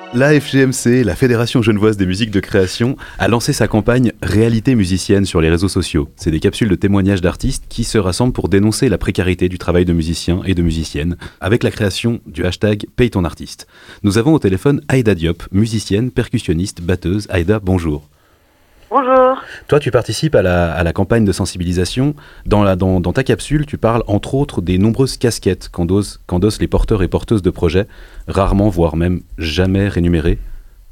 La FGMC, la Fédération Genevoise des musiques de création, a lancé sa campagne Réalité musicienne sur les réseaux sociaux. C'est des capsules de témoignages d'artistes qui se rassemblent pour dénoncer la précarité du travail de musiciens et de musiciennes, avec la création du hashtag Paye ton artiste. Nous avons au téléphone Aïda Diop, musicienne, percussionniste, batteuse. Aïda, bonjour. Bonjour. Toi, tu participes à la campagne de sensibilisation. Dans ta capsule, tu parles entre autres des nombreuses casquettes qu'endossent les porteurs et porteuses de projets, rarement, voire même jamais rémunérés.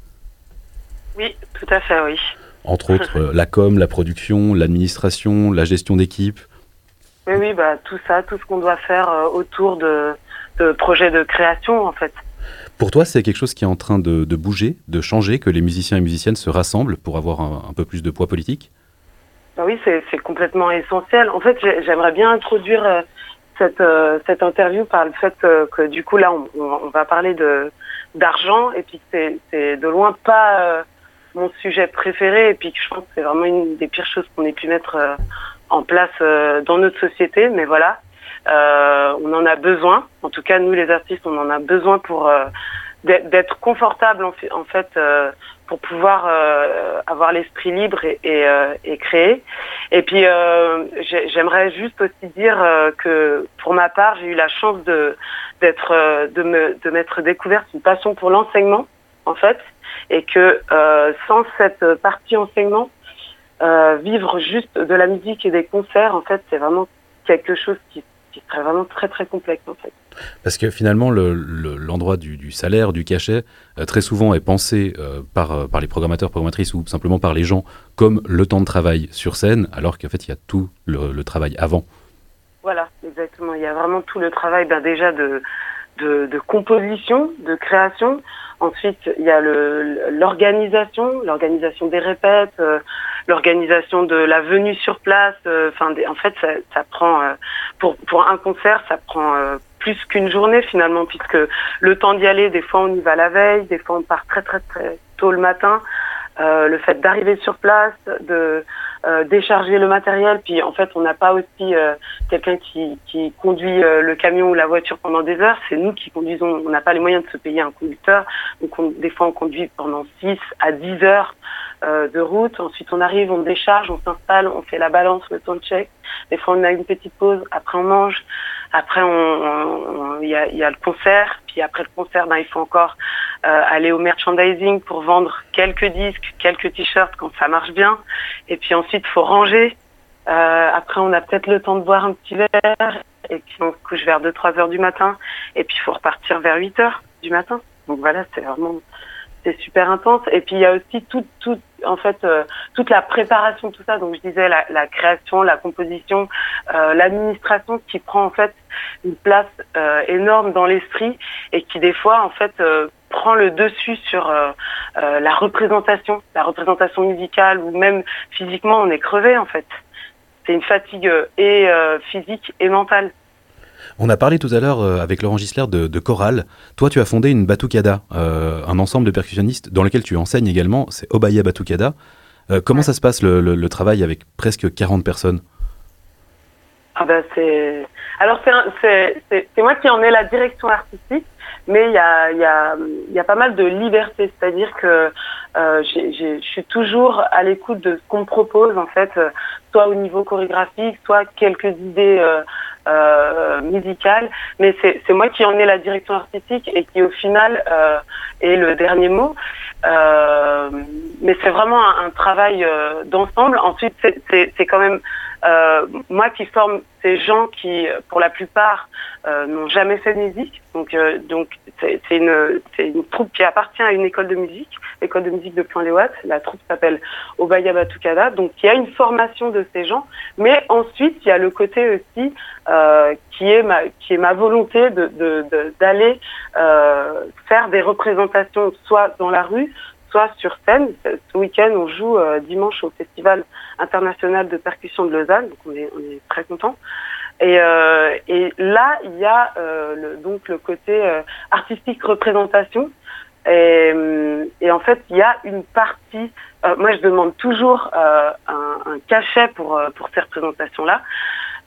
Oui, tout à fait, oui. Entre autres, la com, la production, l'administration, la gestion d'équipe. Oui, tout ça, tout ce qu'on doit faire autour de projets de création, en fait. Pour toi, c'est quelque chose qui est en train de bouger, de changer, que les musiciens et musiciennes se rassemblent pour avoir un peu plus de poids politique? Oui, c'est complètement essentiel. En fait, j'aimerais bien introduire cette interview par le fait que du coup, là, on va parler d'argent, et puis c'est de loin pas mon sujet préféré, et puis que je pense que c'est vraiment une des pires choses qu'on ait pu mettre en place dans notre société, mais voilà. On en a besoin, en tout cas nous les artistes on en a besoin pour d'être confortable en fait pour pouvoir avoir l'esprit libre et créer. Et puis j'aimerais juste aussi dire que pour ma part j'ai eu la chance de m'être découverte une passion pour l'enseignement en fait, et que sans cette partie enseignement, vivre juste de la musique et des concerts en fait c'est vraiment quelque chose qui serait vraiment très très complexe en fait. Parce que finalement l'endroit du salaire, du cachet, très souvent est pensé par les programmateurs, programmatrices ou simplement par les gens comme le temps de travail sur scène, alors qu'en fait il y a tout le travail avant. Voilà, exactement. Il y a vraiment tout le travail déjà de composition, de création. Ensuite, il y a l'organisation des répètes, l'organisation de la venue sur place. En fait, ça prend pour un concert, ça prend plus qu'une journée finalement, puisque le temps d'y aller, des fois on y va la veille, des fois on part très très très tôt le matin. Le fait d'arriver sur place, de décharger le matériel, puis en fait on n'a pas aussi quelqu'un qui conduit le camion ou la voiture pendant des heures, c'est nous qui conduisons, on n'a pas les moyens de se payer un conducteur, donc des fois on conduit pendant 6 à 10 heures de route, ensuite on arrive, on décharge, on s'installe, on fait la balance, le temps de check, des fois on a une petite pause, après on mange, après il y a le concert, puis après le concert il faut encore aller au merchandising pour vendre quelques disques, quelques t-shirts quand ça marche bien, et puis ensuite il faut ranger, après on a peut-être le temps de boire un petit verre, et puis on se couche vers 2-3 heures du matin, et puis il faut repartir vers 8 heures du matin, donc voilà, c'est super intense. Et puis il y a aussi toute la préparation, tout ça. Donc je disais la création, la composition, l'administration qui prend en fait une place énorme dans l'esprit et qui des fois en fait prend le dessus sur la représentation musicale, ou même physiquement on est crevé en fait. C'est une fatigue et physique et mentale. On a parlé tout à l'heure avec Laurent Gisler de chorale. Toi, tu as fondé une batucada, un ensemble de percussionnistes dans lequel tu enseignes également. C'est Obaya Batucada. Comment ça se passe le travail avec presque 40 personnes? C'est moi qui en ai la direction artistique, mais il y a pas mal de liberté, c'est-à-dire que je suis toujours à l'écoute de ce qu'on me propose en fait, soit au niveau chorégraphique, soit quelques idées musicales, mais c'est moi qui en ai la direction artistique et qui au final est le dernier mot. Mais c'est vraiment un travail d'ensemble. Ensuite, c'est quand même moi qui forme ces gens qui, pour la plupart, n'ont jamais fait de musique. Donc c'est une troupe qui appartient à une école de musique de Point-les-Ouates. La troupe s'appelle Obaya Batucada. Donc il y a une formation de ces gens, mais ensuite il y a le côté aussi qui est ma volonté d'aller faire des représentations soit dans la rue, soit sur scène. Ce week-end, on joue dimanche au Festival international de percussion de Lausanne, donc on est très contents. Et là, il y a donc le côté artistique représentation. Et en fait, il y a une partie. Moi, je demande toujours un cachet pour ces représentations-là.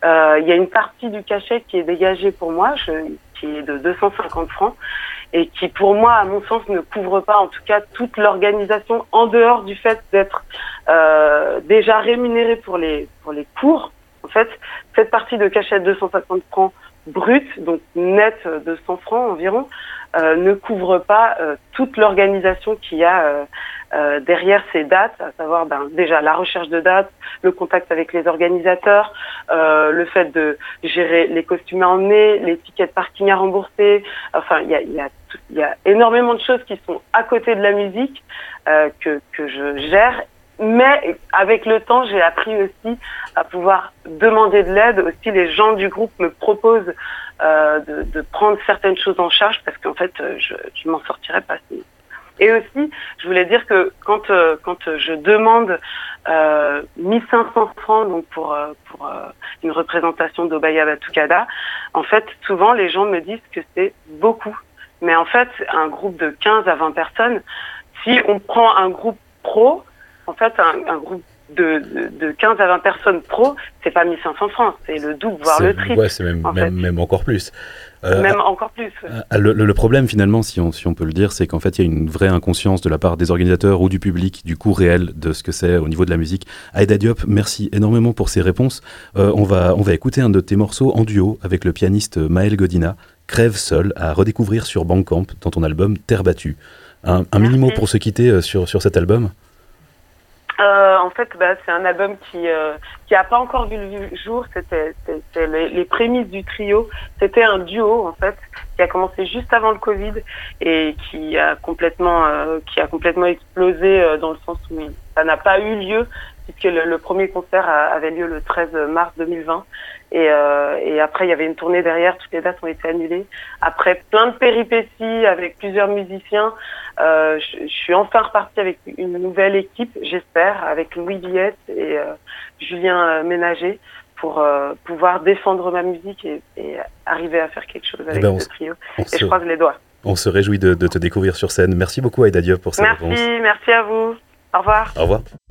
il y a une partie du cachet qui est dégagée pour moi, qui est de 250 francs, et qui, pour moi, à mon sens, ne couvre pas, en tout cas, toute l'organisation, en dehors du fait d'être déjà rémunéré pour les cours. En fait, cette partie de cachet de 250 francs brut, donc net de 100 francs environ, ne couvre pas toute l'organisation qu'il y a derrière ces dates, à savoir déjà la recherche de dates, le contact avec les organisateurs, le fait de gérer les costumes à emmener, les tickets de parking à rembourser. Enfin, il y a énormément de choses qui sont à côté de la musique que je gère. Mais avec le temps, j'ai appris aussi à pouvoir demander de l'aide. Aussi, les gens du groupe me proposent de prendre certaines choses en charge parce qu'en fait, je m'en sortirais pas. Et aussi, je voulais dire que quand je demande 1500 francs donc pour une représentation d'Obaya Batucada, en fait, souvent les gens me disent que c'est beaucoup. Mais en fait, un groupe de 15 à 20 personnes, si on prend un groupe pro, en fait, un groupe de 15 à 20 personnes pro, c'est pas 1500 francs, c'est le double, voire le triple. Ouais, c'est même encore plus. Même encore plus. Ouais. Le problème, finalement, si on peut le dire, c'est qu'en fait, il y a une vraie inconscience de la part des organisateurs ou du public du coût réel de ce que c'est au niveau de la musique. Aïda Diop, merci énormément pour ces réponses. On va écouter un de tes morceaux en duo avec le pianiste Maël Godina, Crève seul, à redécouvrir sur Bandcamp dans ton album Terre battue. Un mini-mot pour se quitter sur cet album. En fait, c'est un album qui a pas encore vu le jour. C'était les prémices du trio. C'était un duo en fait qui a commencé juste avant le Covid et qui a complètement explosé dans le sens où ça n'a pas eu lieu puisque le premier concert avait lieu le 13 mars 2020 et après il y avait une tournée derrière. Toutes les dates ont été annulées. Après plein de péripéties avec plusieurs musiciens. Je suis enfin repartie avec une nouvelle équipe, j'espère, avec Louis Villette et Julien Ménager pour pouvoir défendre ma musique et arriver à faire quelque chose avec ce trio. Et je croise les doigts. On se réjouit de te découvrir sur scène. Merci beaucoup Aïda Diop pour cette réponse. Merci à vous. Au revoir. Au revoir.